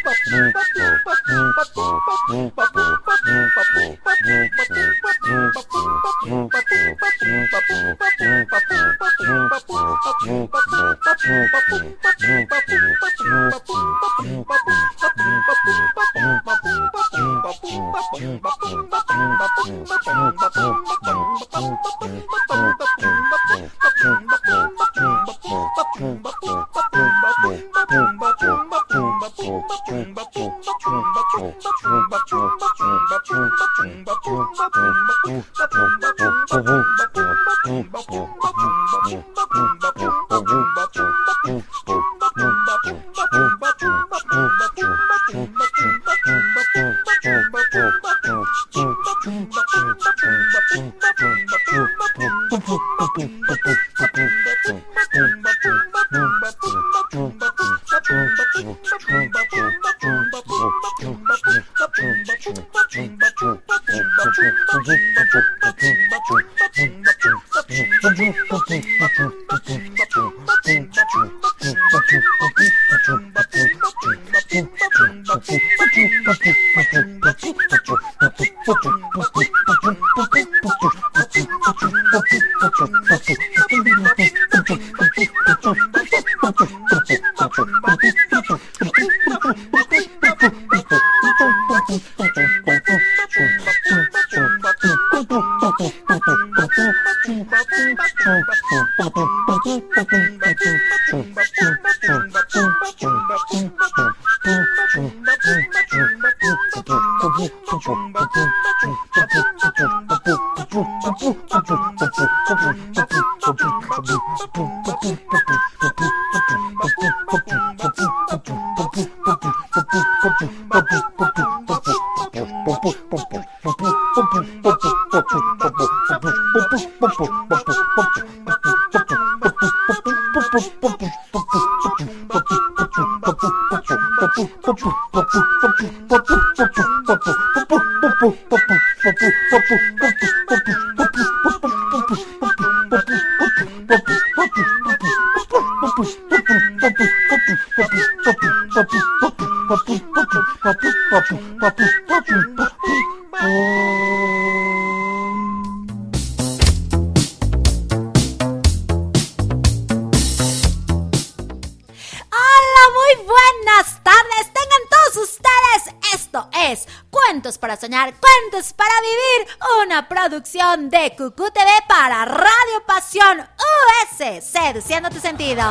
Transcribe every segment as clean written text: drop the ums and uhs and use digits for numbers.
Para soñar, cuentos para vivir, una producción de Cucú TV para Radio Pasión US, seduciendo tus sentidos.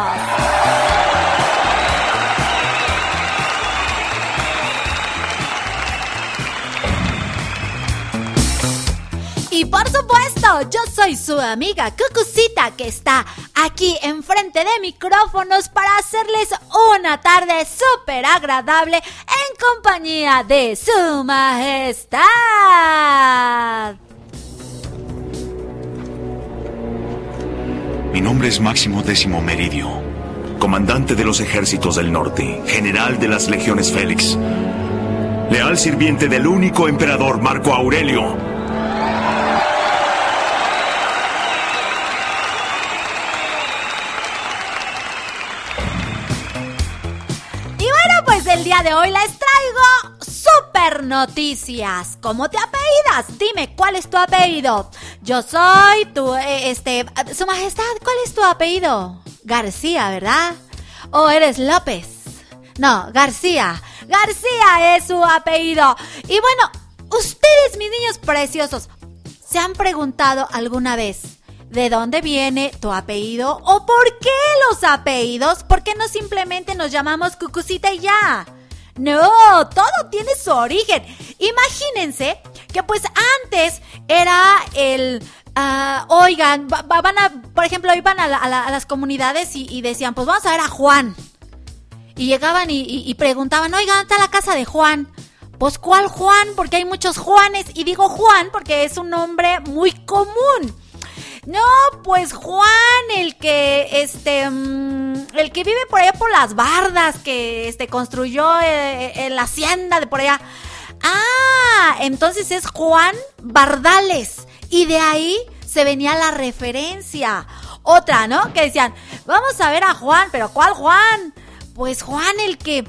Y por supuesto, yo soy su amiga Cucucita, que está aquí enfrente de micrófonos para hacerles una tarde súper agradable en compañía de su majestad. Mi nombre es Máximo Décimo Meridio, comandante de los ejércitos del norte, general de las legiones Félix, leal sirviente del único emperador Marco Aurelio. El día de hoy les traigo super noticias. ¿Cómo te apellidas? Dime, ¿cuál es tu apellido? Yo soy su majestad, ¿cuál es tu apellido? García, ¿verdad? ¿O eres López? No, García. García es su apellido. Y bueno, ustedes, mis niños preciosos, ¿se han preguntado alguna vez de dónde viene tu apellido? ¿O por qué los apellidos? ¿Por qué no simplemente nos llamamos Cucucita y ya? No, todo tiene su origen. Imagínense que pues antes era el... oigan, por ejemplo, iban a las comunidades y decían, pues vamos a ver a Juan. Y llegaban y preguntaban, oigan, ¿dónde está la casa de Juan? Pues ¿cuál Juan? Porque hay muchos Juanes. Y digo Juan porque es un nombre muy común. No, pues Juan, el que vive por allá por las bardas, que construyó la hacienda de por allá. Ah, entonces es Juan Bardales. Y de ahí se venía la referencia. Otra, ¿no? Que decían, vamos a ver a Juan, pero ¿cuál Juan? Pues Juan, el que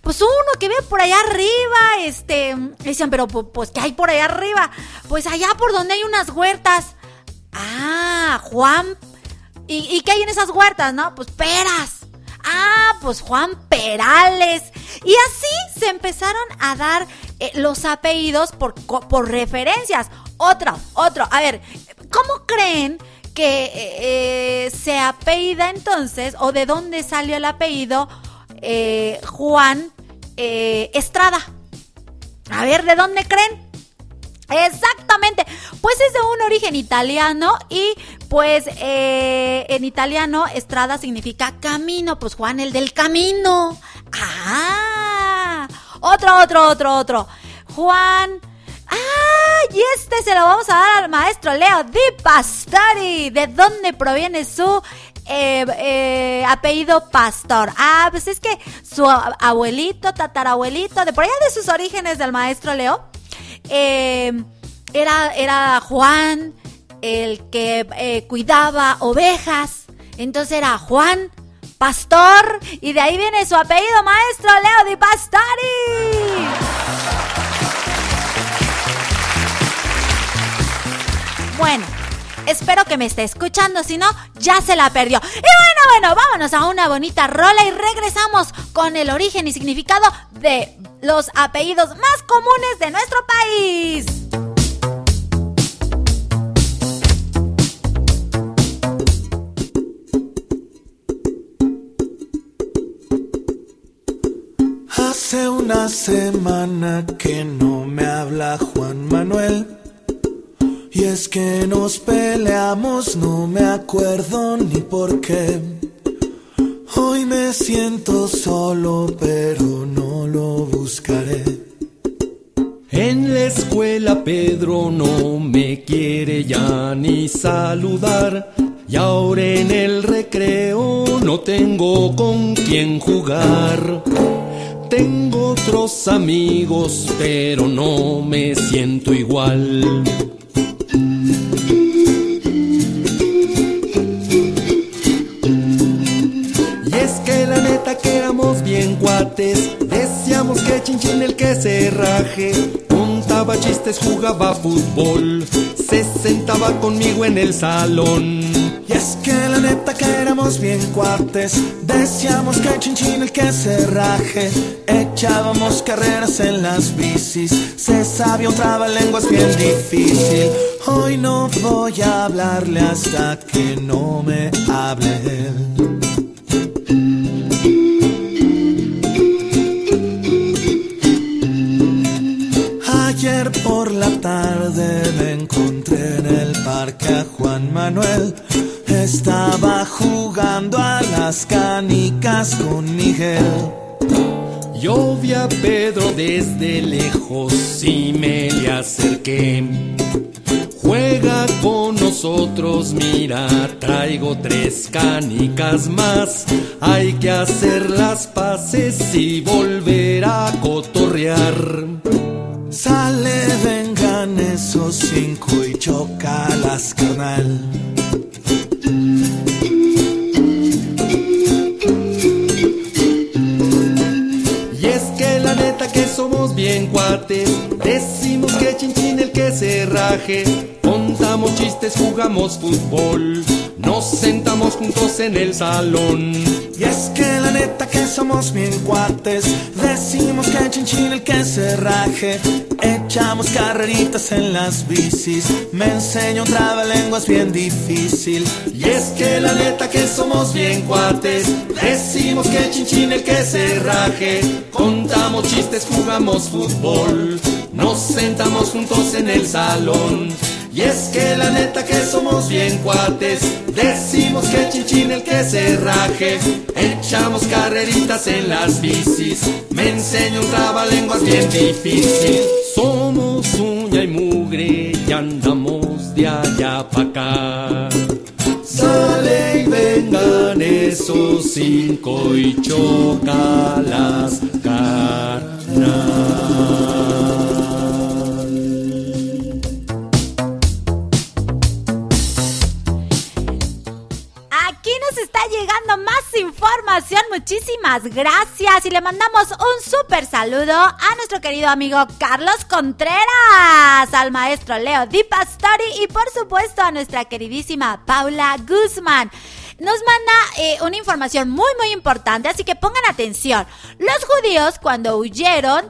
pues uno que ve por allá arriba, decían, pero pues ¿qué hay por allá arriba? Pues allá por donde hay unas huertas. Ah, Juan, ¿y qué hay en esas huertas, no? Pues peras. Ah, pues Juan Perales. Y así se empezaron a dar los apellidos por referencias. Otro. A ver, ¿cómo creen que se apellida entonces, o de dónde salió el apellido Juan Estrada? A ver, ¿de dónde creen? Exactamente, pues es de un origen italiano y pues en italiano Estrada significa camino, pues Juan el del camino. Ah, otro. Juan. Y este se lo vamos a dar al maestro Leo Di Pastori. ¿De dónde proviene su apellido Pastor? Ah, pues es que su abuelito, tatarabuelito, de por allá de sus orígenes del maestro Leo, era Juan el que cuidaba ovejas. Entonces era Juan Pastor, y de ahí viene su apellido, maestro Leo Di Pastori. Bueno, espero que me esté escuchando, si no, ya se la perdió. Y bueno, vámonos a una bonita rola y regresamos con el origen y significado de los apellidos más comunes de nuestro país. Hace una semana que no me habla Juan Manuel. Y es que nos peleamos, no me acuerdo ni por qué. Hoy me siento solo, pero no lo buscaré. En la escuela Pedro no me quiere ya ni saludar. Y ahora en el recreo no tengo con quién jugar. Tengo otros amigos, pero no me siento igual. Que éramos bien cuates, decíamos que chinchín el que se raje, contaba chistes, jugaba fútbol, se sentaba conmigo en el salón. Y es que la neta que éramos bien cuates, decíamos que chinchín el que se raje, echábamos carreras en las bicis, se sabía un trabalenguas bien difícil. Hoy no voy a hablarle hasta que no me hable él. Ayer por la tarde me encontré en el parque a Juan Manuel. Estaba jugando a las canicas con Miguel. Yo vi a Pedro desde lejos y me le acerqué. Juega con nosotros, mira, traigo 3 canicas más. Hay que hacer las paces y volver a cotorrear. Sale, vengan esos 5 y chócalas, carnal. Y es que la neta que somos bien cuates, decimos que chinchín el que se raje, contamos chistes, jugamos fútbol, nos sentamos juntos en el salón. Y es que la neta que somos bien cuates, decimos que chinchín el que se raje, echamos carreritas en las bicis, me enseña un trabalenguas bien difícil. Y es que la neta que somos bien cuates, decimos que chinchín el que se raje, contamos chistes, jugamos fútbol, nos sentamos juntos en el salón. Y es que la neta que somos bien cuates, decimos que chinchín el que se raje, echamos carreritas en las bicis, me enseña un trabalenguas bien difícil. Somos uña y mugre y andamos de allá pa' acá. Sale y vengan esos 5 y chócalas, carnal. Llegando más información, muchísimas Muchísimas gracias y le mandamos un súper saludo a nuestro querido amigo Carlos Contreras, al maestro Leo Di Pastori y por supuesto a nuestra queridísima Paula Guzmán. Nos manda una información muy muy importante, así que pongan atención. Los judíos cuando huyeron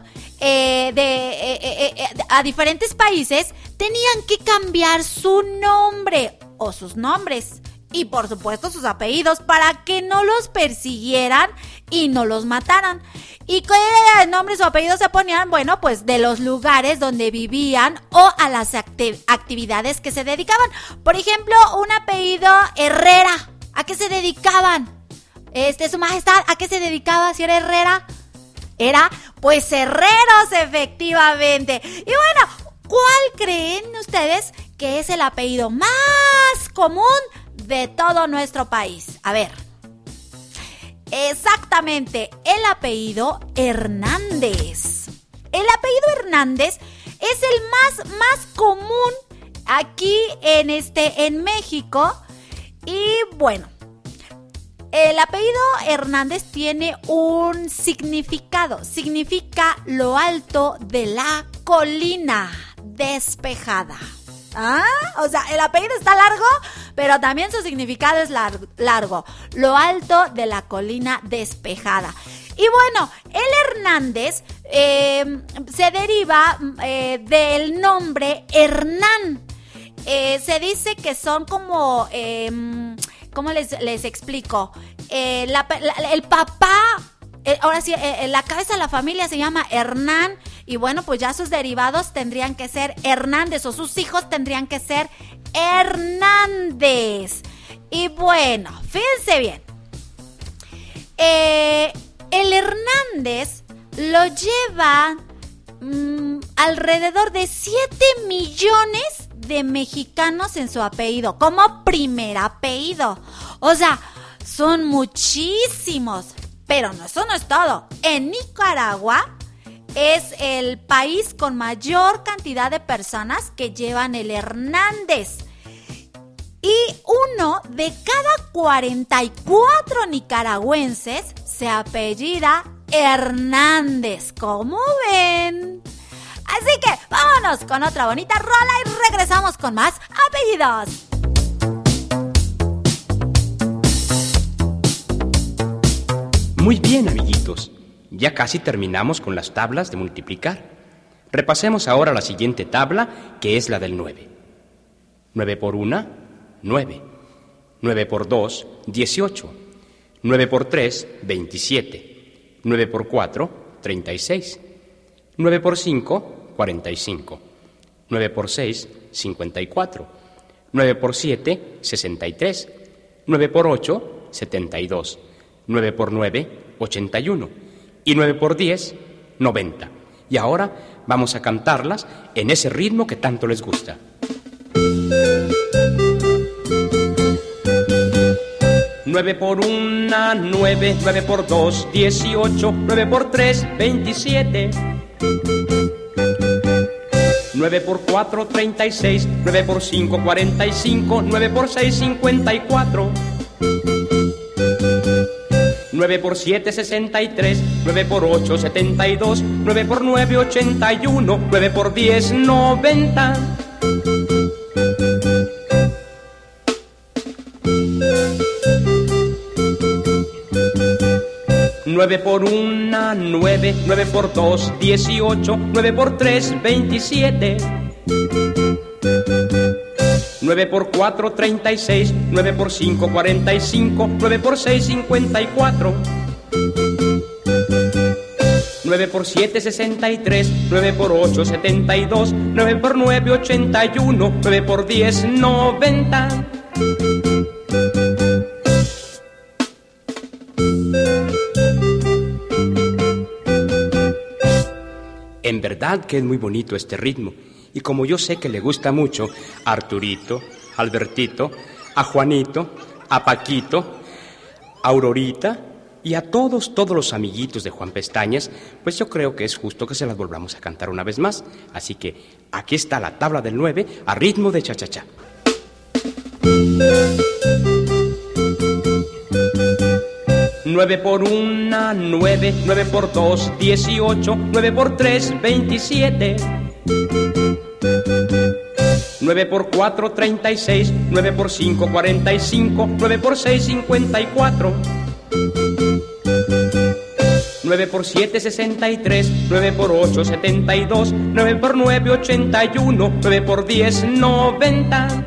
a diferentes países tenían que cambiar su nombre o sus nombres y por supuesto sus apellidos para que no los persiguieran y no los mataran. ¿Y qué nombres o apellidos se ponían? Bueno, pues de los lugares donde vivían o a las actividades que se dedicaban. Por ejemplo, un apellido Herrera. ¿A qué se dedicaban? Su majestad, ¿a qué se dedicaba si era Herrera? Era, pues, herreros, efectivamente. Y bueno, ¿cuál creen ustedes que es el apellido más común de todo nuestro país? A ver. Exactamente, el apellido Hernández. El apellido Hernández es el más común aquí en México. Y bueno, el apellido Hernández tiene un significado. Significa lo alto de la colina despejada. ¿Ah? O sea, el apellido está largo, pero también su significado es largo. Lo alto de la colina despejada. Y bueno, el Hernández se deriva del nombre Hernán. Se dice que son como, ¿cómo les explico? El papá, ahora sí, la cabeza de la familia se llama Hernán y bueno, pues ya sus derivados tendrían que ser Hernández o sus hijos tendrían que ser Hernández. Y bueno, fíjense bien, el Hernández lo lleva alrededor de 7 millones de mexicanos en su apellido, como primer apellido. O sea, son muchísimos. Pero eso no es todo. En Nicaragua es el país con mayor cantidad de personas que llevan el Hernández. Y 1 de cada 44 nicaragüenses se apellida Hernández. ¿Cómo ven? Así que vámonos con otra bonita rola y regresamos con más apellidos. Muy bien, amiguitos. Ya casi terminamos con las tablas de multiplicar. Repasemos ahora la siguiente tabla, que es la del 9. 9 por 1, 9. 9 por 2, 18. 9 por 3, 27. 9 por 4, 36. 9 por 5, 45. 9 por 6, 54. 9 por 7, 63. 9 por 8, 72. 9 por 9, 81. Y 9 por 10, 90. Y ahora vamos a cantarlas en ese ritmo que tanto les gusta. 9 por 1, 9. 9 por 2, 18. 9 por 3, 27. 9 por 4, 36. 9 por 5, 45. 9 por 6, 54. 9 por 7, 63. 9 por 8, 72. 9 por 9, 81. 9 por 10, 90. 9 por 1, 9. 9 por 2, 18. 9 por 3, 27. 9 por 4, 36. 9 por 5, 45. 9 por 6, 54. 9 por 7, 63. 9 por 8, 72. 9 por 9, 81. 9 por 10, 90. En verdad que es muy bonito este ritmo. Y como yo sé que le gusta mucho a Arturito, a Albertito, a Juanito, a Paquito, a Aurorita y a todos los amiguitos de Juan Pestañas, pues yo creo que es justo que se las volvamos a cantar una vez más. Así que aquí está la tabla del 9 a ritmo de cha-cha-cha. 9 por 1, 9, 9 por 2, 18, 9 por 3, 27. 9 por 4, 36, 9 por 5, 45, 9 por 6, 54. 9 por 7, 63, 9 por 8, 72, 9 por 9, 81, 9 por 10, 90.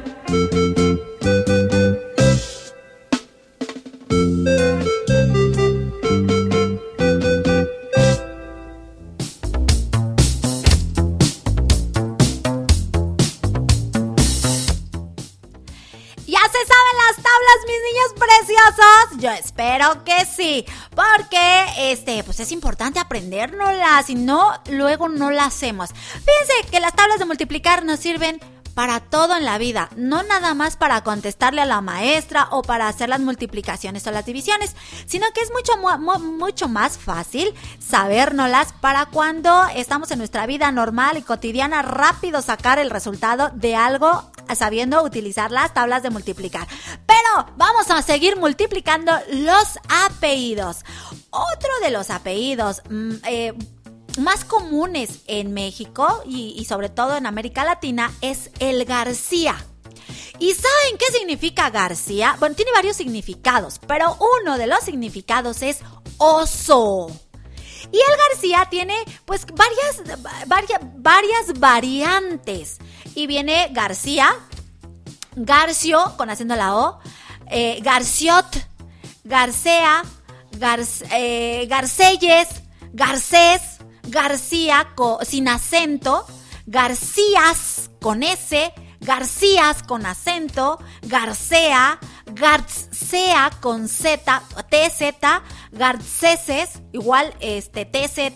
Yo espero que sí, porque pues es importante aprendérnoslas, si no, luego no las hacemos. Fíjense que las tablas de multiplicar nos sirven para todo en la vida, no nada más para contestarle a la maestra o para hacer las multiplicaciones o las divisiones, sino que es mucho más fácil sabérnoslas para cuando estamos en nuestra vida normal y cotidiana, rápido sacar el resultado de algo sabiendo utilizar las tablas de multiplicar. Pero vamos a seguir multiplicando los apellidos. Otro de los apellidos más comunes en México y sobre todo en América Latina es el García. ¿Y saben qué significa García? Bueno, tiene varios significados, pero uno de los significados es oso. Y el García tiene pues varias variantes. Y viene García, Garcio, con acento la O, Garciot, Garcea, Garcelles, Garcés, García sin acento, Garcías con S, Garcías con acento, Garcea, Garcea con Z, TZ, Garceses, igual TZ,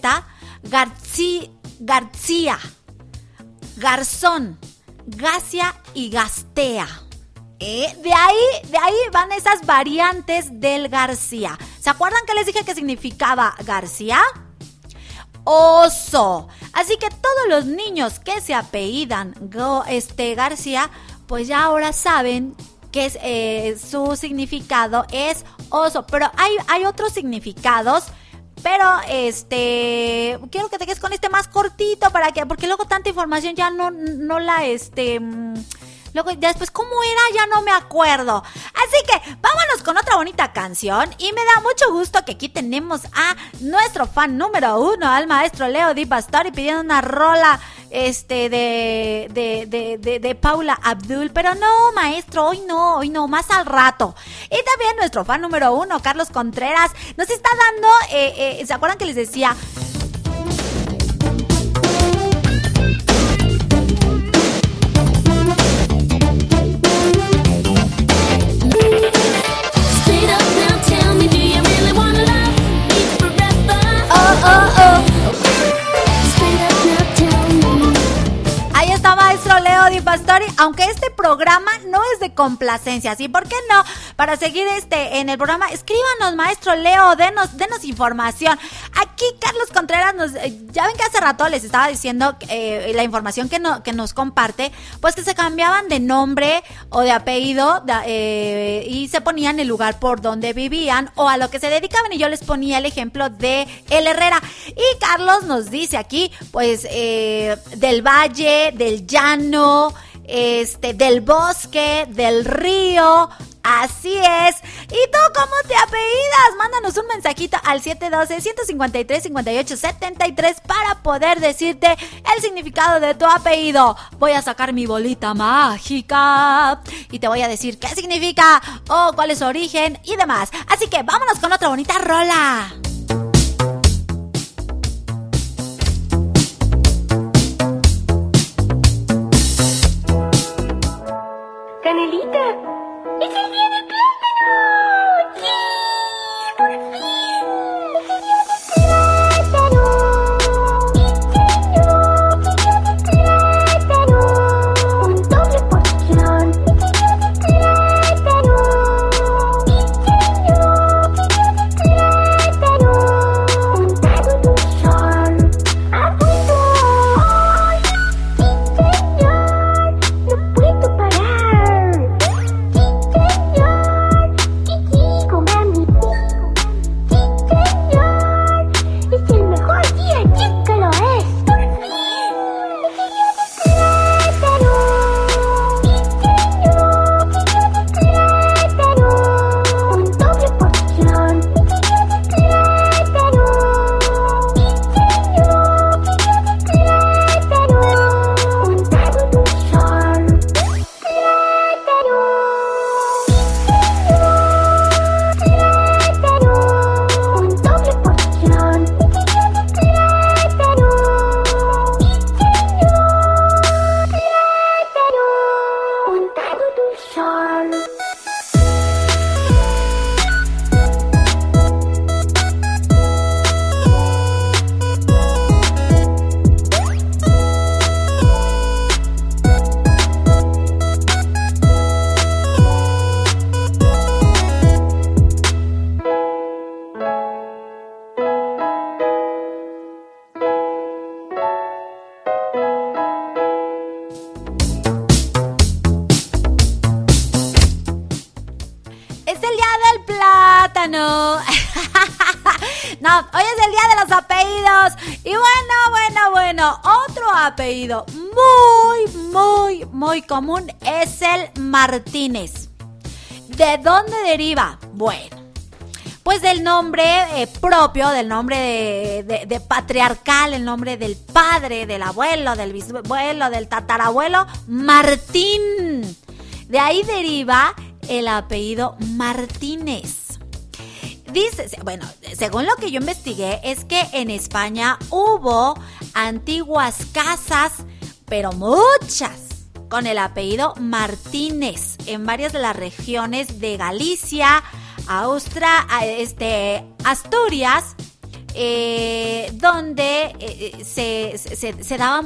García, Garzón, Gacia y Gastea. De ahí van esas variantes del García. ¿Se acuerdan que les dije que significaba García? Oso. Así que todos los niños que se apellidan García, pues ya ahora saben que su significado es oso. Pero hay otros significados. Pero quiero que te quedes con más cortito porque luego tanta información ya no la luego ya después ¿cómo era? Ya no me acuerdo. Así que vámonos con otra bonita canción. Y me da mucho gusto que aquí tenemos a nuestro fan número 1, al maestro Leo Di Pastori, pidiendo una rola de Paula Abdul. Pero no, maestro, hoy no, más al rato. Y también nuestro fan número 1, Carlos Contreras, nos está dando, ¿se acuerdan que les decía? Ahí está maestro Leo Di Pastori, aunque este programa no es de complacencia, ¿sí? ¿Por qué no? Para seguir en el programa, escríbanos, maestro Leo, denos información. Aquí Carlos Contreras ya ven que hace rato les estaba diciendo la información que nos comparte, pues que se cambiaban de nombre o de apellido y se ponían el lugar por donde vivían o a lo que se dedicaban, y yo les ponía el ejemplo de El Herrera. Y Carlos nos dice aquí, pues, del valle, del llano, del bosque, del río. Así es. ¿Y tú cómo te apellidas? Mándanos un mensajito al 712-153-5873 para poder decirte el significado de tu apellido. Voy a sacar mi bolita mágica y te voy a decir qué significa o cuál es su origen y demás. Así que vámonos con otra bonita rola. Canelita, ¡es el día del plátano! ¡Sí! ¡Por fin! ¡Es el día del plátano! ¡Es el día del plátano! ¡Un doble porción! ¡Es el día del plátano! ¡Es el día del plátano! No, hoy es el día de los apellidos. Y bueno, otro apellido muy común es el Martínez. ¿De dónde deriva? Bueno, pues del nombre propio, del nombre de patriarcal, el nombre del padre, del abuelo, del bisabuelo, del tatarabuelo, Martín. De ahí deriva el apellido Martínez. Dice, bueno, según lo que yo investigué, es que en España hubo antiguas casas, pero muchas, con el apellido Martínez en varias de las regiones de Galicia, Asturias, donde se daba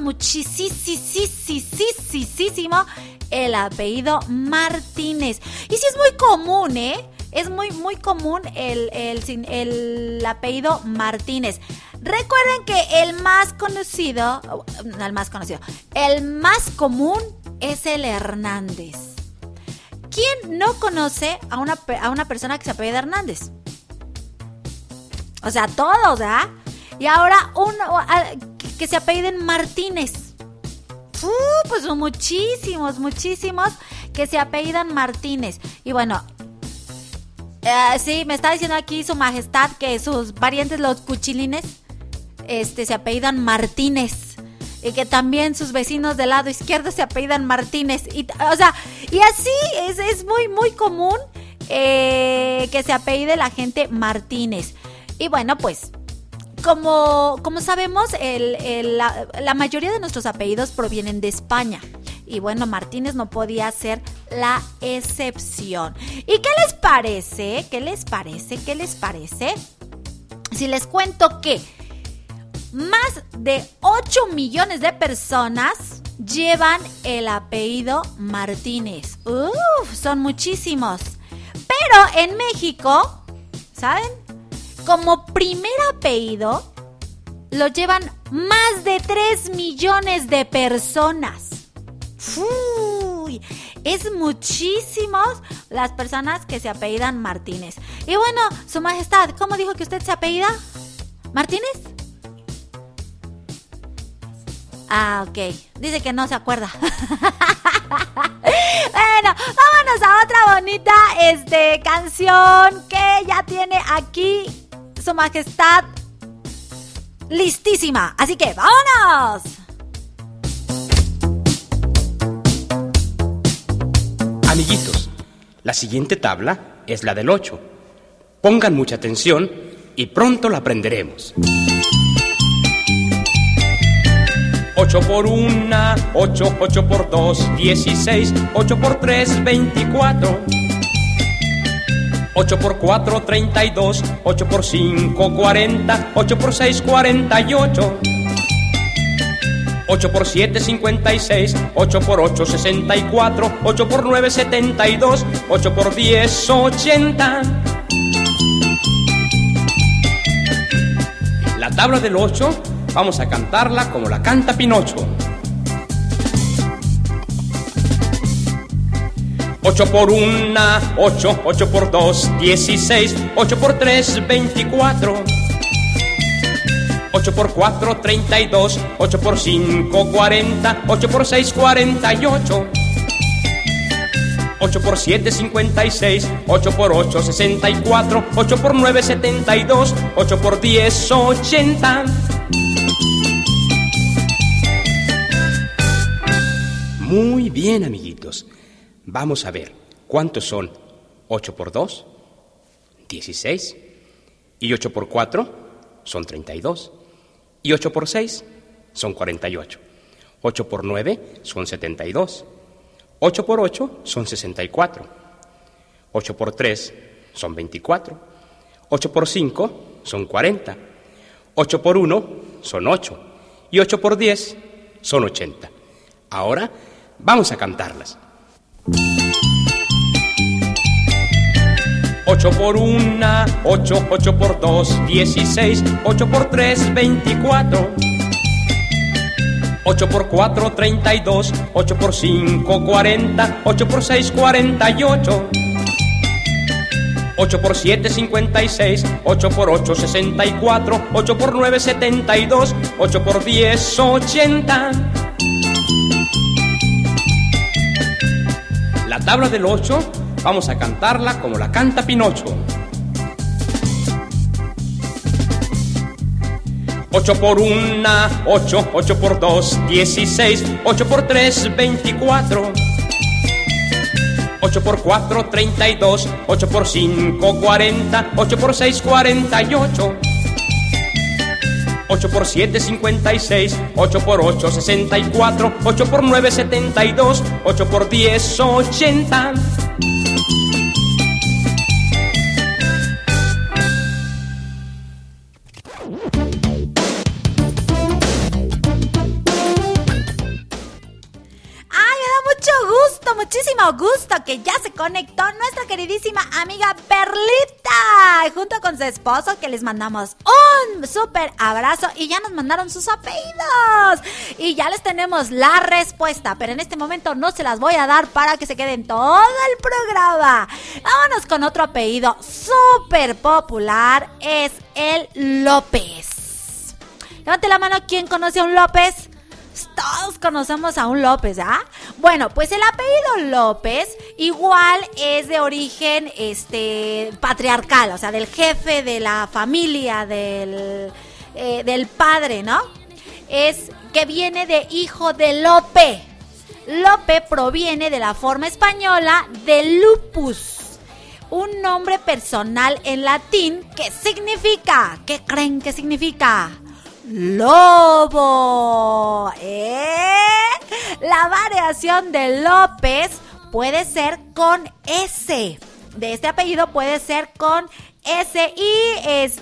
muchísimo el apellido Martínez. Y sí es muy común, es muy común el apellido Martínez. Recuerden que el más común es el Hernández. ¿Quién no conoce a una persona que se apellida Hernández? O sea, todos, ¿verdad? Y ahora que se apelliden Martínez. Pues son muchísimos que se apellidan Martínez. Y bueno, sí, me está diciendo aquí su majestad que sus parientes, los cuchilines, se apellidan Martínez. Y que también sus vecinos del lado izquierdo se apellidan Martínez. Y así es muy común que se apellide la gente Martínez. Y bueno, pues, como sabemos, la mayoría de nuestros apellidos provienen de España. Y bueno, Martínez no podía ser la excepción. ¿Y qué les parece? Si les cuento que más de 8 millones de personas llevan el apellido Martínez. Son muchísimos. Pero en México, ¿saben? Como primer apellido lo llevan más de 3 millones de personas. Es muchísimos las personas que se apellidan Martínez. Y bueno, su majestad, ¿cómo dijo que usted se apellida? ¿Martínez? Ok, dice que no se acuerda. Bueno, vámonos a otra bonita canción que ya tiene aquí su majestad listísima. Así que ¡vámonos! Amiguitos, la siguiente tabla es la del 8. Pongan mucha atención y pronto la aprenderemos. 8 por 1, 8, 8 por 2, 16, 8 por 3, 24. 8 por 4, 32, 8 por 5, 40, 8 por 6, 48. 8 por 7, 56, 8 por 8, 64, 8 por 9, 72, 8 por 10, 80. La tabla del 8 vamos a cantarla como la canta Pinocho. 8 por 1, 8, 8 por 2, 16, 8 por 3, 24. 8 por 4, 32, 8 por 5, 40, 8 por 6, 48. 8 por 7, 56, 8 por 8, 64, 8 por 9, 72, 8 por 10, 80. Muy bien, amiguitos. Vamos a ver cuántos son 8 por 2, 16, y 8 por 4 son 32, y 8 por 6 son 48, 8 por 9 son 72, 8 por 8 son 64, 8 por 3 son 24, 8 por 5 son 40, 8 por 1 son 8, y 8 por 10 son 80. Ahora vamos a cantarlas. 8 por 1, 8, 8 por 2, 16, 8 por 3, 24. 8 por 4, 32, 8 por 5, 40, 8 por 6, 48. 8 por 7, 56, 8 por 8, 64, 8 por 9, 72, 8 por 10, 80. La tabla del 8 vamos a cantarla como la canta Pinocho. 8 por 1, 8, 8 por 2, 16, 8 por 3, 24. 8 por 4, 32, 8 por 5, 40, 8 por 6, 48. 8 por 7, 56, 8 por 8, 64, 8 por 9, 72, 8 por 10, 80. Muchísimo gusto que ya se conectó nuestra queridísima amiga Perlita junto con su esposo, que les mandamos un súper abrazo y ya nos mandaron sus apellidos y ya les tenemos la respuesta, pero en este momento no se las voy a dar para que se queden todo el programa. Vámonos con otro apellido súper popular, es el López. Levante la mano, ¿quién conoce a un López? Todos conocemos a un López, ¿ah? Bueno, pues el apellido López igual es de origen patriarcal, o sea, del jefe de la familia, del padre, ¿no? Es que viene de hijo de Lope. Lope proviene de la forma española de lupus, un nombre personal en latín que significa, ¿qué creen que significa? Lobo. La variación de López puede ser con S. De este apellido puede ser con S y es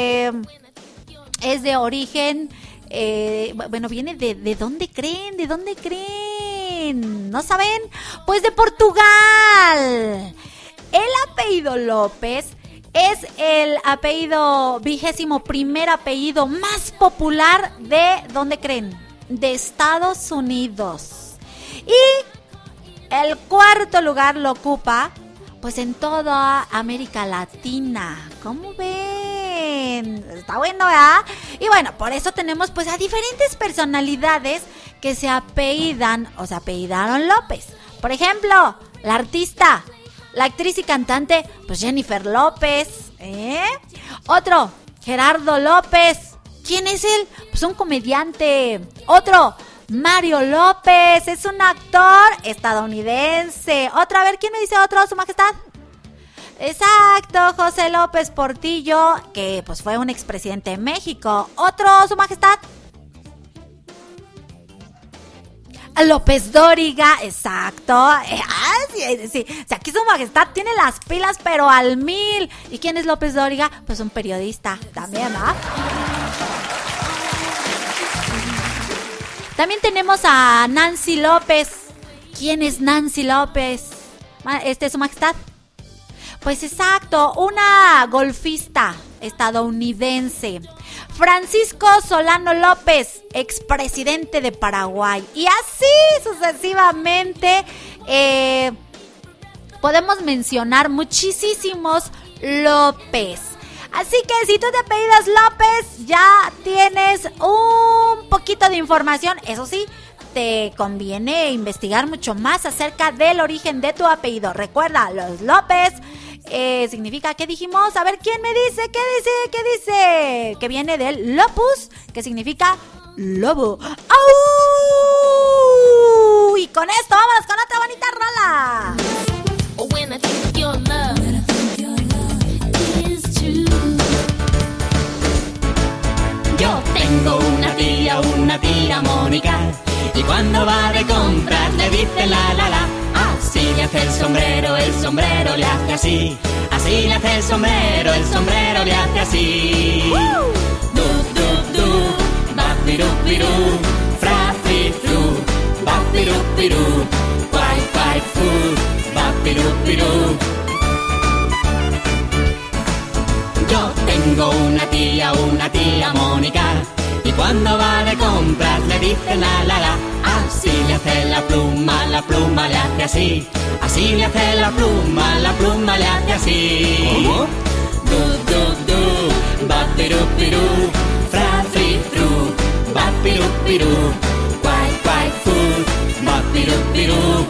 de origen, viene de ¿dónde creen? ¿De dónde creen? ¿No saben? Pues de Portugal. El apellido López es el apellido 21º apellido más popular de, ¿dónde creen? De Estados Unidos. Y el cuarto lugar lo ocupa, pues en toda América Latina. ¿Cómo ven? Está bueno, ¿verdad? Y bueno, por eso tenemos pues a diferentes personalidades que se apellidan o se apellidaron López. Por ejemplo, la artista, la actriz y cantante, pues Jennifer López, Otro, Gerardo López. ¿Quién es él? Pues un comediante. Otro, Mario López, es un actor estadounidense. Otro, a ver, ¿quién me dice otro, su majestad? Exacto, José López Portillo, que pues fue un expresidente de México. Otro, su majestad. López Dóriga, exacto. Sí. O sea, aquí su majestad tiene las pilas, pero al 1000. ¿Y quién es López Dóriga? Pues un periodista también, ¿no? También tenemos a Nancy López. ¿Quién es Nancy López? Su majestad. Pues exacto, una golfista estadounidense. Francisco Solano López, expresidente de Paraguay. Y así sucesivamente podemos mencionar muchísimos López. Así que si tú te apellidas López, ya tienes un poquito de información. Eso sí, te conviene investigar mucho más acerca del origen de tu apellido. Recuerda, los López significa, ¿qué dijimos? A ver, ¿quién me dice? ¿Qué dice? Que viene del lopus, que significa lobo. ¡Au! Y con esto vámonos con otra bonita rola. Yo tengo una tía Mónica, y cuando va de compras le dice la. Así le hace el sombrero le hace así. Así le hace el sombrero le hace así. Du, du, du, ba, piru, piru, fra, fi, fru, ba, piru, piru, guay, guay, fu, ba, piru, piru. Yo tengo una tía Mónica, y cuando va de compras le dice la. Así le hace la pluma le hace así. Así le hace la pluma le hace así. ¿Cómo? Du, du, du, ba, piru, piru, fra, fri, fru, ba, piru, piru, guay, guay, fu, ba, piru, piru.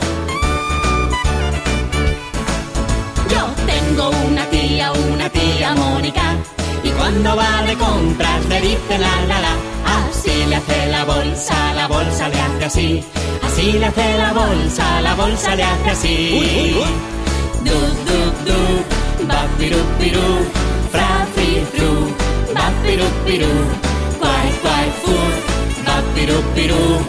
Yo tengo una tía Mónica, y cuando va de compras le dice la la la. Así le hace la bolsa le hace así. Así le hace la bolsa le hace así. Du, du, du, ba, piru, piru, fra, fri, fru, ba, piru, piru, guay, guay, fu, ba, piru, piru.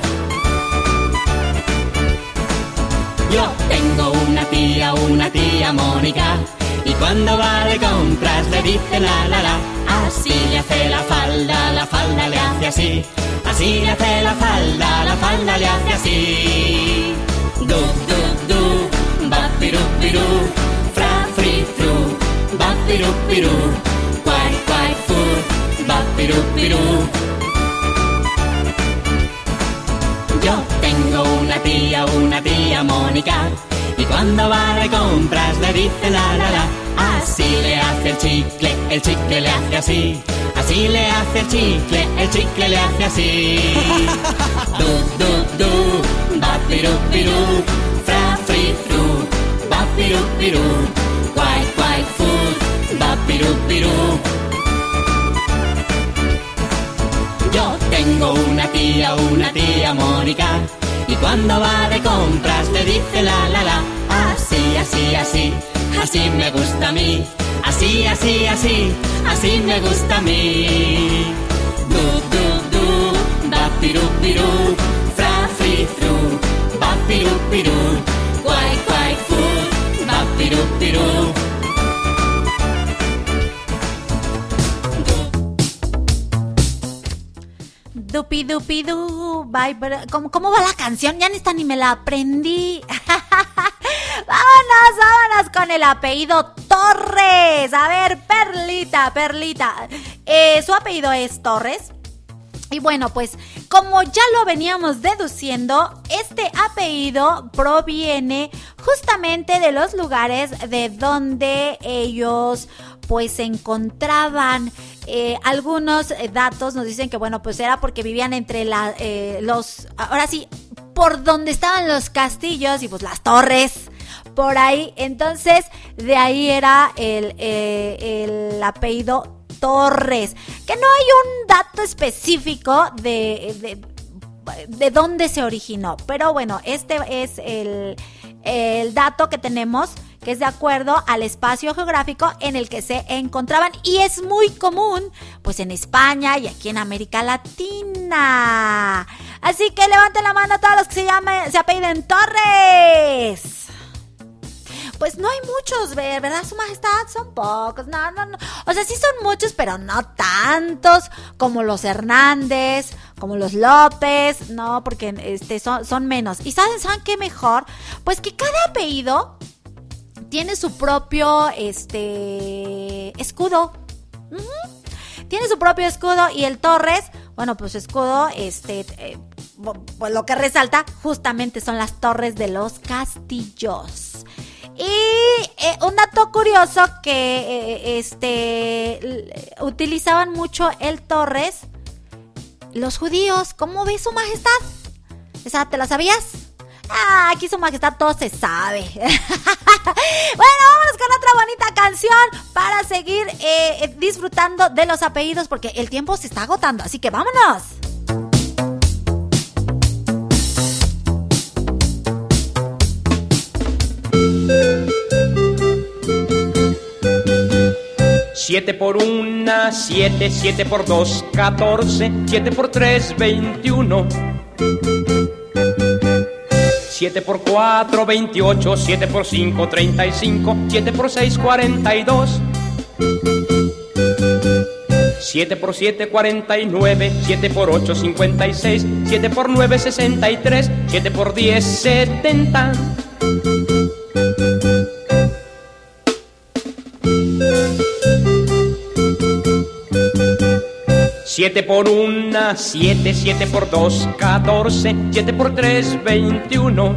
Yo tengo una tía Mónica, y cuando va de compras le dice la la la. Así le hace la falda le hace así. Así le hace la falda le hace así. Du, du, du, ba, piru, piru, fra, fri, fru, ba, piru, piru, guay, guay, fu, ba, piru, piru. Yo tengo una tía Mónica, y cuando va de compras le dice la la la. Así le hace el chicle le hace así. Así le hace el chicle le hace así. Du, du, du, ba, piru, piru, fra, fri, fru, ba, piru, piru, guay, guay, fu, ba, piru, piru. Yo tengo una tía Mónica, y cuando va de compras le dice la la la. Así, así, así, así me gusta a mí. Así, así, así, así me gusta a mí. Du, du, du, ba, piru, piru, fra, fri, fru, ba, piru, piru, guay, guay, fu, ba, piru, piru. Dupi dupi du, bye, ¿cómo va la canción? Ya ni me la aprendí. Vámonos con el apellido Torres. A ver, Perlita. Su apellido es Torres. Y bueno, pues como ya lo veníamos deduciendo, este apellido proviene justamente de los lugares de donde ellos pues se encontraban. Algunos datos nos dicen que bueno, pues era porque vivían entre ahora sí, por donde estaban los castillos y pues las torres, por ahí. Entonces, de ahí era el apellido Torres, que no hay un dato específico de dónde se originó, pero bueno, este es el dato que tenemos, que es de acuerdo al espacio geográfico en el que se encontraban, y es muy común pues en España y aquí en América Latina. Así que levanten la mano a todos los que se apelliden Torres. Pues no hay muchos, ¿verdad, Su Majestad? Son pocos, no. O sea, sí son muchos, pero no tantos como los Hernández, como los López, no, porque son menos. ¿Y saben qué mejor? Pues que cada apellido tiene su propio escudo. Tiene su propio escudo, y el Torres, bueno, pues su escudo, pues lo que resalta justamente son las torres de los castillos. Y un dato curioso que utilizaban mucho el Torres los judíos. ¿Cómo ves, Su Majestad? ¿Esa te la sabías? Aquí, Su Majestad, todo se sabe. Bueno, vámonos con otra bonita canción para seguir disfrutando de los apellidos, porque el tiempo se está agotando, así que vámonos. Siete por una, 7, 7 por 2, 14, 7 por 3, 21. 7 por 4, 28, 7 por 5, 35, 7 por 6, 42. 7 por 7, 49, 7 por 8, 56, 7 por 9, 63, 7 por 10, 70. 7 7 por 1, 7, 7 por 2, 14, 7 por 3, 21.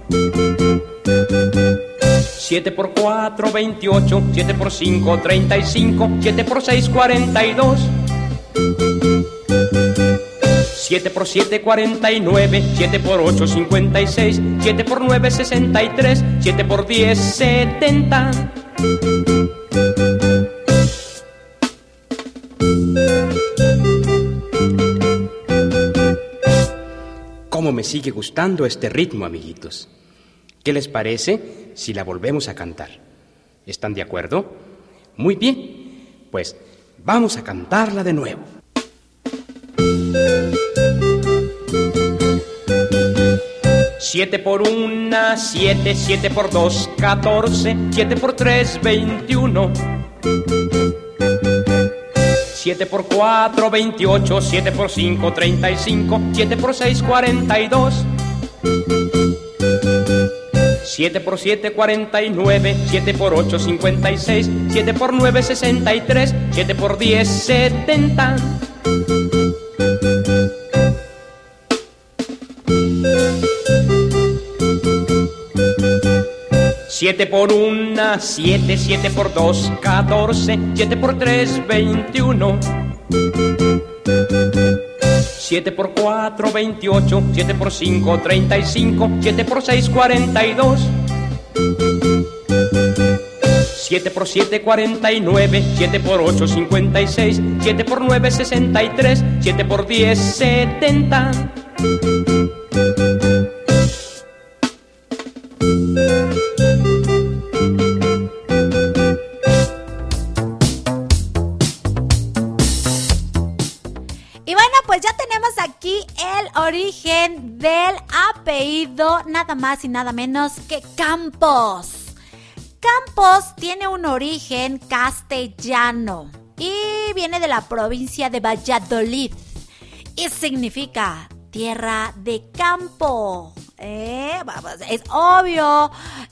7 por 4, 28, 7 por 5, 35, 7 por 6, 42. 7 por 7, 49, 7 por 8, 56, 7 por 9, 63, 7 por 10, 70. ¿Cómo me sigue gustando este ritmo, amiguitos? ¿Qué les parece si la volvemos a cantar? ¿Están de acuerdo? Muy bien, pues vamos a cantarla de nuevo. Siete por 1, 7, 7 por 2, 14, 7 por 3, 21. 7 por 4, 28, 7 por 5, 35, 7 por 6, 42. 7 por 7, 49, 7 por 8, 56, 7 por 9, 63, 7 por 10, 70. Siete por 1, 7, 7 por 2, 14, 7 por 3, 21. 7 por 4, 28, 7 por 5, 35, 7 por 6, 42. 7 por 7, 49, 7 por 8, 56, 7 por 9, 63, 7 por 10, 70. Origen del apellido nada más y nada menos que Campos. Campos tiene un origen castellano y viene de la provincia de Valladolid y significa tierra de campo. Es obvio.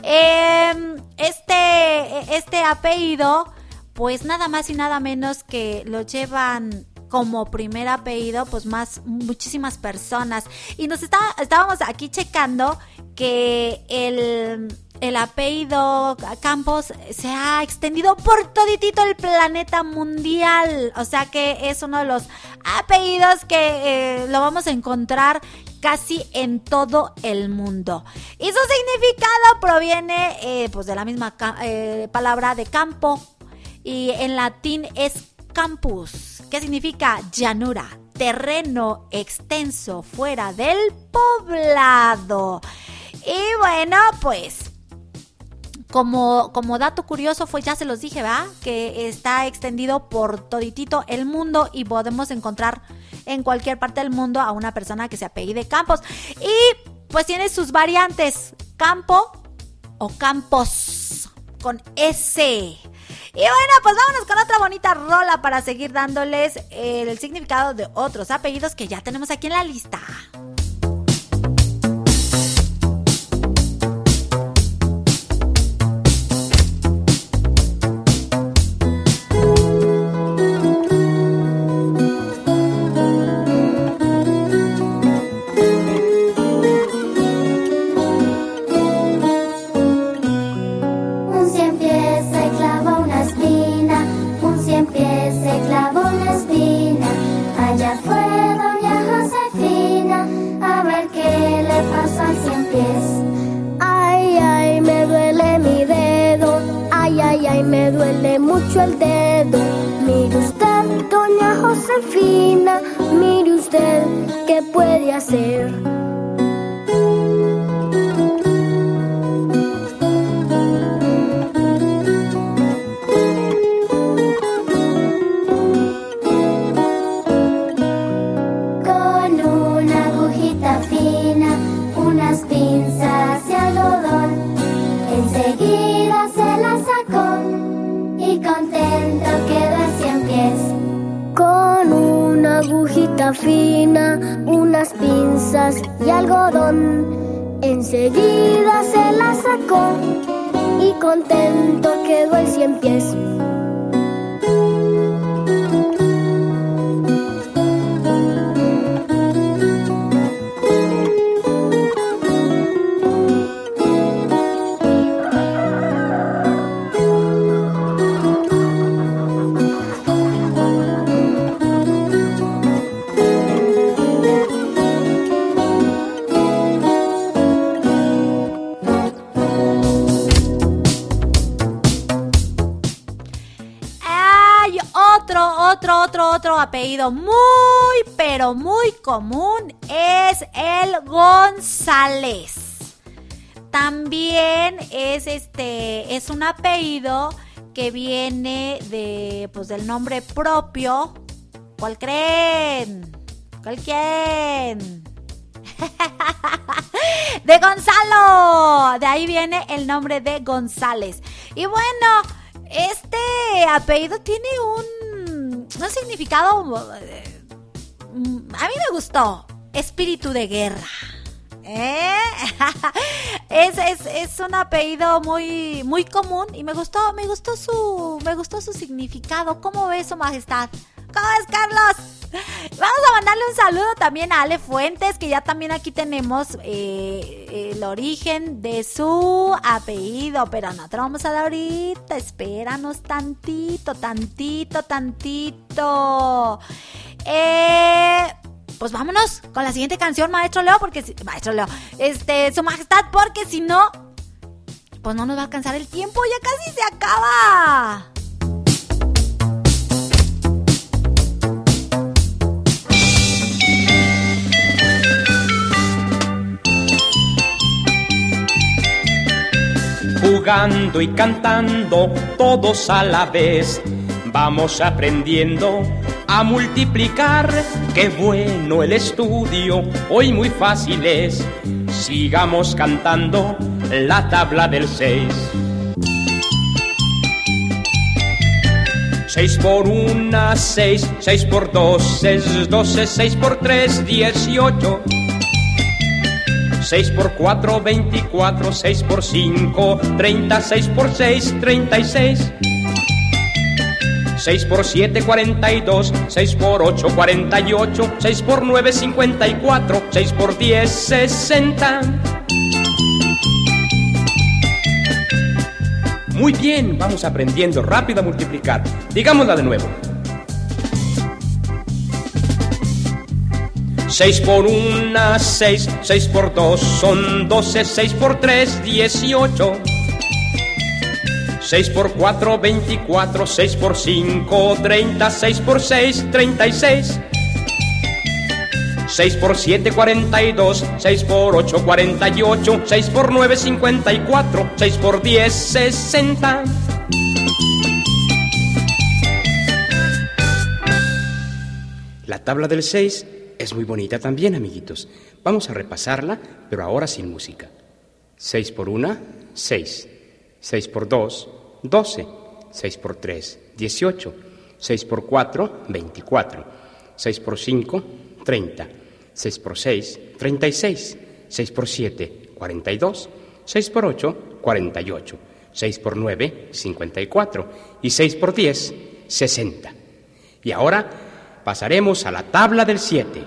Este apellido, pues nada más y nada menos que lo llevan como primer apellido, pues muchísimas personas. Y estábamos aquí checando que el apellido Campos se ha extendido por toditito el planeta mundial. O sea que es uno de los apellidos que lo vamos a encontrar casi en todo el mundo. Y su significado proviene pues de la misma palabra de campo. Y en latín es campus, que significa llanura, terreno extenso fuera del poblado. Y bueno, pues como dato curioso, pues ya se los dije, ¿verdad? Que está extendido por toditito el mundo y podemos encontrar en cualquier parte del mundo a una persona que se apellide Campos. Y pues tiene sus variantes, Campo o Campos con S. Y bueno, pues vámonos con otra bonita rola para seguir dándoles el significado de otros apellidos que ya tenemos aquí en la lista. Me duele mucho el dedo. Mire usted, doña Josefina, mire usted, ¿qué puede hacer? Con una agujita fina, unas pinzas y algodón, enseguida se la sacó y contento quedó el 100 pies. Con una agujita fina, unas pinzas y algodón, enseguida se la sacó y contento quedó el 100 pies. otro apellido muy, pero muy común es el González. También es un apellido que viene del nombre propio. ¿Cuál creen? ¿Cuál quién? De Gonzalo. De ahí viene el nombre de González. Y bueno, este apellido tiene un significado, a mí me gustó, espíritu de guerra. Es un apellido muy, muy común y me gustó su significado. ¿Cómo ves, Su Majestad? ¿Cómo ves, Carlos? Vamos a mandarle un saludo también a Ale Fuentes, que ya también aquí tenemos el origen de su apellido, pero no te lo vamos a dar ahorita. Espéranos tantito. Pues vámonos con la siguiente canción, Maestro Leo, Su Majestad, porque si no, pues no nos va a alcanzar el tiempo, ya casi se acaba. Jugando y cantando todos a la vez, vamos aprendiendo a multiplicar. Qué bueno el estudio, hoy muy fácil es. Sigamos cantando la tabla del 6. 6 por 1, 6, 6 por 2 es 12, 6 por 3, 18. 6 por 4, 24, 6 por 5, 30, 6 por 6, 36. 6 por 7, 42, 6 por 8, 48, 6 por 9, 54, 6 por 10, 60. Muy bien, vamos aprendiendo rápido a multiplicar. Digámosla de nuevo. 6 por 1, 6, 6 por 2 son 12, 6 por 3, 18. 6 por 4, 24, 6 por 5, 30, 6 por 6, 36. 6 por 7, 42, 6 por 8, 48, 6 por 9, 54, 6 por 10, 60. La tabla del 6 es muy bonita también, amiguitos. Vamos a repasarla, pero ahora sin música. 6 por 1, 6. 6 por 2, 12. 6 por 3, 18. 6 por 4, 24. 6 por 5, 30. 6 por 6, 36. 6 por 7, 42. 6 por 8, 48. 6 por 9, 54. Y 6 por 10, 60. Y ahora pasaremos a la tabla del 7.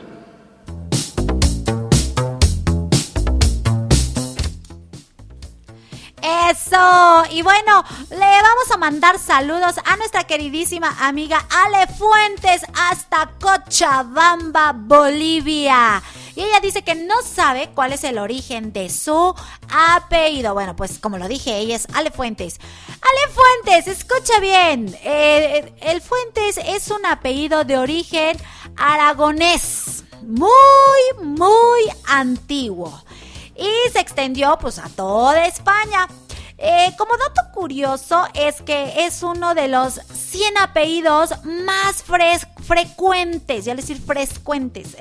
Eso, y bueno, le vamos a mandar saludos a nuestra queridísima amiga Ale Fuentes hasta Cochabamba, Bolivia. Y ella dice que no sabe cuál es el origen de su apellido. Bueno, pues como lo dije, ella es Ale Fuentes. Ale Fuentes, escucha bien. El Fuentes es un apellido de origen aragonés, muy, muy antiguo. Y se extendió pues a toda España. Como dato curioso es que es uno de los 100 apellidos más frecuentes, ya decir frecuentes.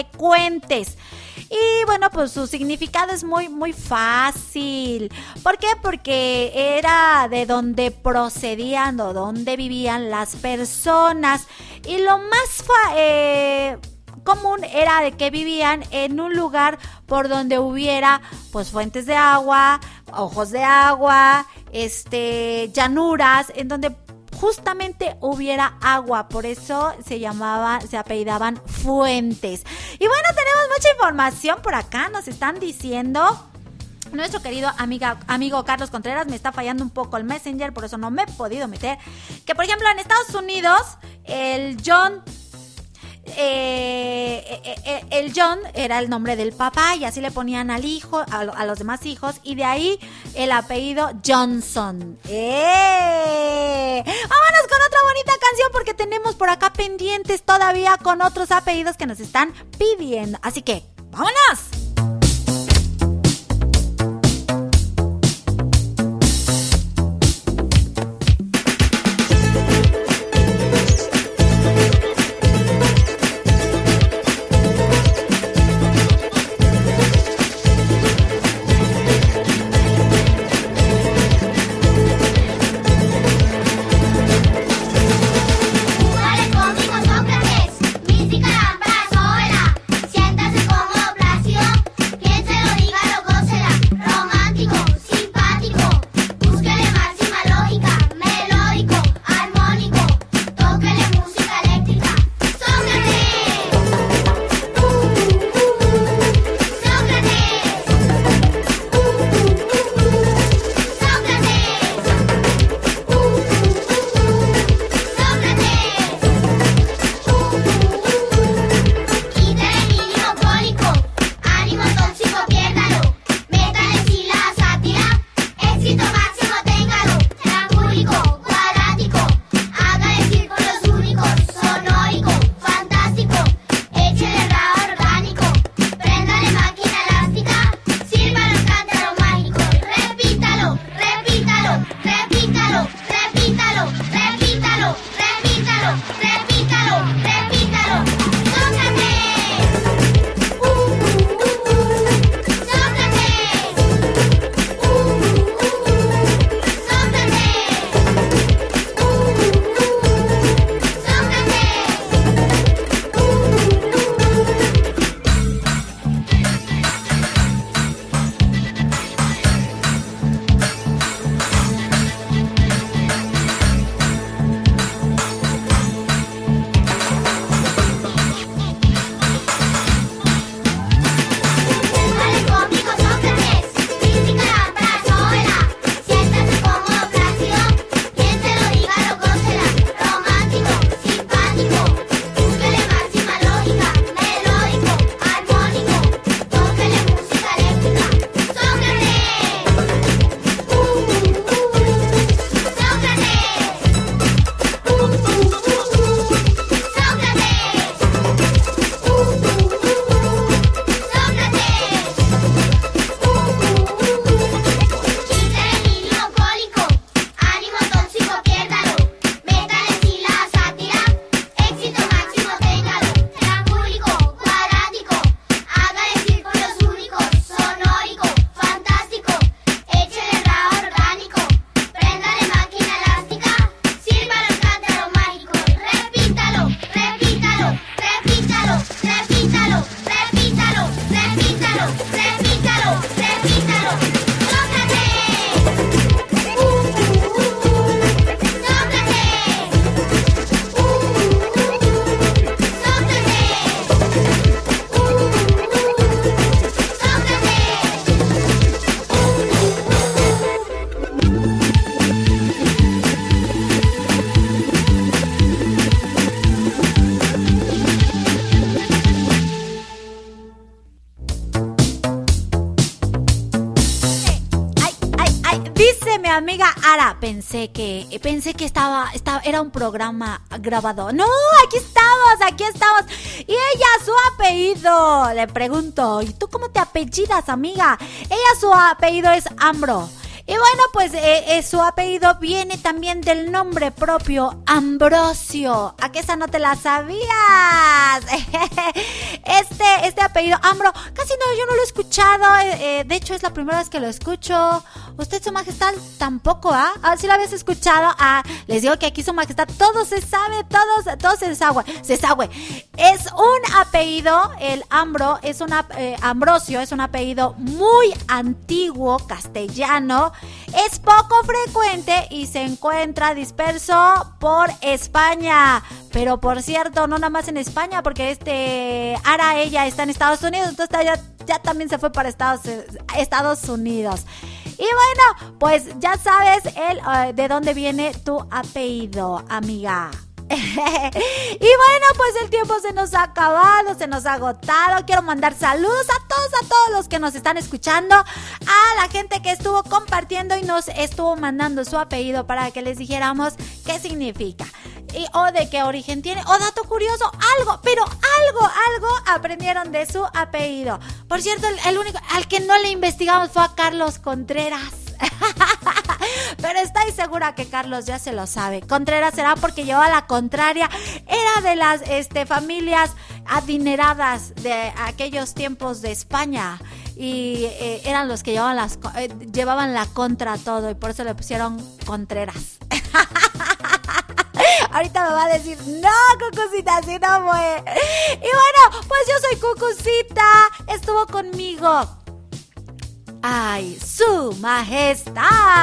Y bueno, pues su significado es muy, muy fácil. ¿Por qué? Porque era de donde procedían o donde vivían las personas. Y lo más común era de que vivían en un lugar por donde hubiera pues fuentes de agua, ojos de agua, llanuras, en donde justamente hubiera agua. Por eso se apellidaban Fuentes. Y bueno, tenemos mucha información por acá. Nos están diciendo, nuestro querido amigo Carlos Contreras, me está fallando un poco el Messenger, por eso no me he podido meter, que por ejemplo en Estados Unidos el John el John era el nombre del papá y así le ponían al hijo, a los demás hijos, y de ahí el apellido Johnson. Vámonos con otra bonita canción porque tenemos por acá pendientes todavía con otros apellidos que nos están pidiendo. Así que, ¡vámonos! Siéntase como Blasio. amiga Ara, pensé que era un programa grabado. No, aquí estamos. Y ella, su apellido, le pregunto, ¿y tú cómo te apellidas, amiga? Ella, su apellido es Ambro. Y bueno, pues su apellido viene también del nombre propio, Ambrosio. ¿A que esa no te la sabías? Este apellido, Ambro, casi no, yo no lo he escuchado. De hecho, es la primera vez que lo escucho. Usted, su majestad, tampoco, ¿ah? ¿Ah, sí lo habías escuchado? Ah, les digo que aquí, su majestad, todo se sabe, todo se desagüe. Es un apellido, el Ambro, Ambrosio es un apellido muy antiguo, castellano. Es poco frecuente y se encuentra disperso por España. Pero por cierto, no nada más en España, porque Ara, ella está en Estados Unidos, entonces ya también se fue para Estados Unidos. Y bueno, pues ya sabes de dónde viene tu apellido, amiga. Y bueno, pues el tiempo se nos ha acabado, se nos ha agotado. Quiero mandar saludos a todos los que nos están escuchando, a la gente que estuvo compartiendo y nos estuvo mandando su apellido para que les dijéramos qué significa o de qué origen tiene, o dato curioso, algo aprendieron de su apellido. Por cierto, el único al que no le investigamos fue a Carlos Contreras. Pero estoy segura que Carlos ya se lo sabe. Contreras será porque llevaba la contraria. Era de las familias adineradas de aquellos tiempos de España. Y eran los que llevaban la contra a todo. Y por eso le pusieron Contreras. Ahorita me va a decir, no, Cucucita, así no fue. Y bueno, pues yo soy Cucucita. Estuvo conmigo, ¡ay, su majestad!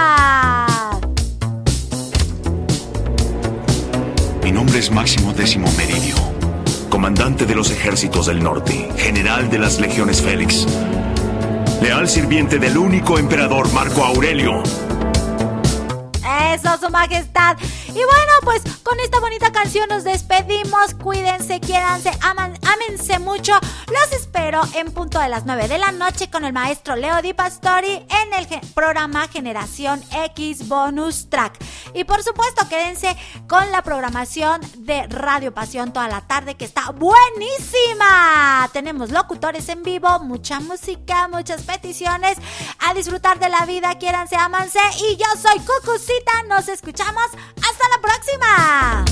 Mi nombre es Máximo Décimo Meridio, comandante de los ejércitos del norte, general de las legiones Félix, leal sirviente del único emperador Marco Aurelio. Eso, su majestad. Y bueno, pues con esta bonita canción nos despedimos. Cuídense, quiéranse, ámense mucho. Los espero en punto de las 9 de la noche con el maestro Leo Di Pastori en el programa Generación X Bonus Track. Y por supuesto, quédense con la programación de Radio Pasión toda la tarde, que está buenísima. Tenemos locutores en vivo, mucha música, muchas peticiones. A disfrutar de la vida, quiéranse, ámanse. Y yo soy Cucucita. Nos escuchamos. ¡Hasta la próxima!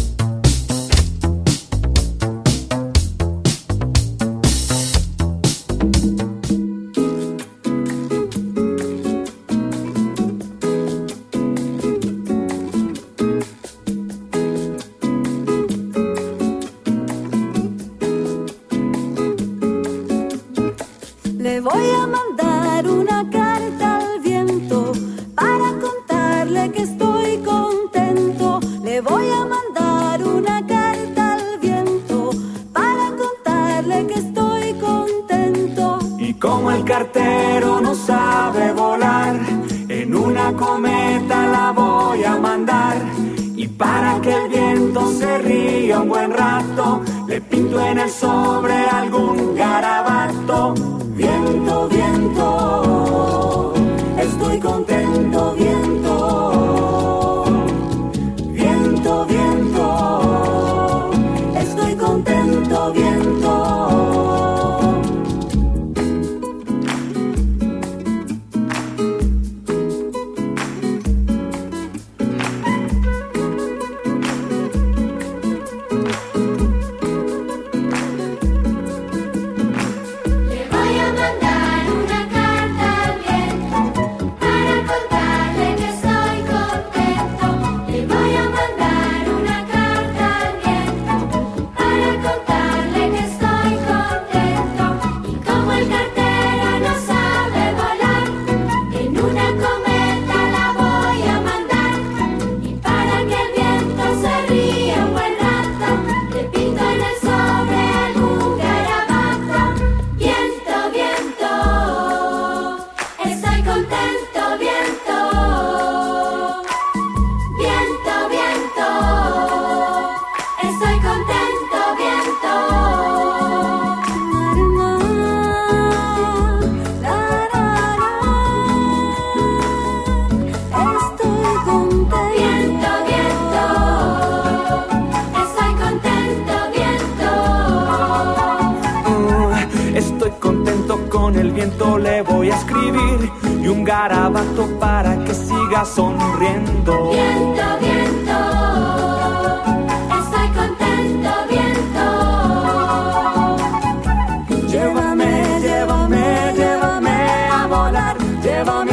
Le voy a mandar una carta al viento para contarle que estoy contento. Le voy a mandar una carta al viento para contarle que estoy contento. Y como el cartero no sabe volar, en una cometa la voy a mandar. Y para que el viento se ría un buen rato, le pinto en el sobre algún garabato. Viento, viento, estoy contento, viento. Viento, viento, estoy contento, viento. Le voy a escribir y un garabato para que siga sonriendo. Viento, viento, estoy contento, viento. Llévame, llévame, llévame a volar, llévame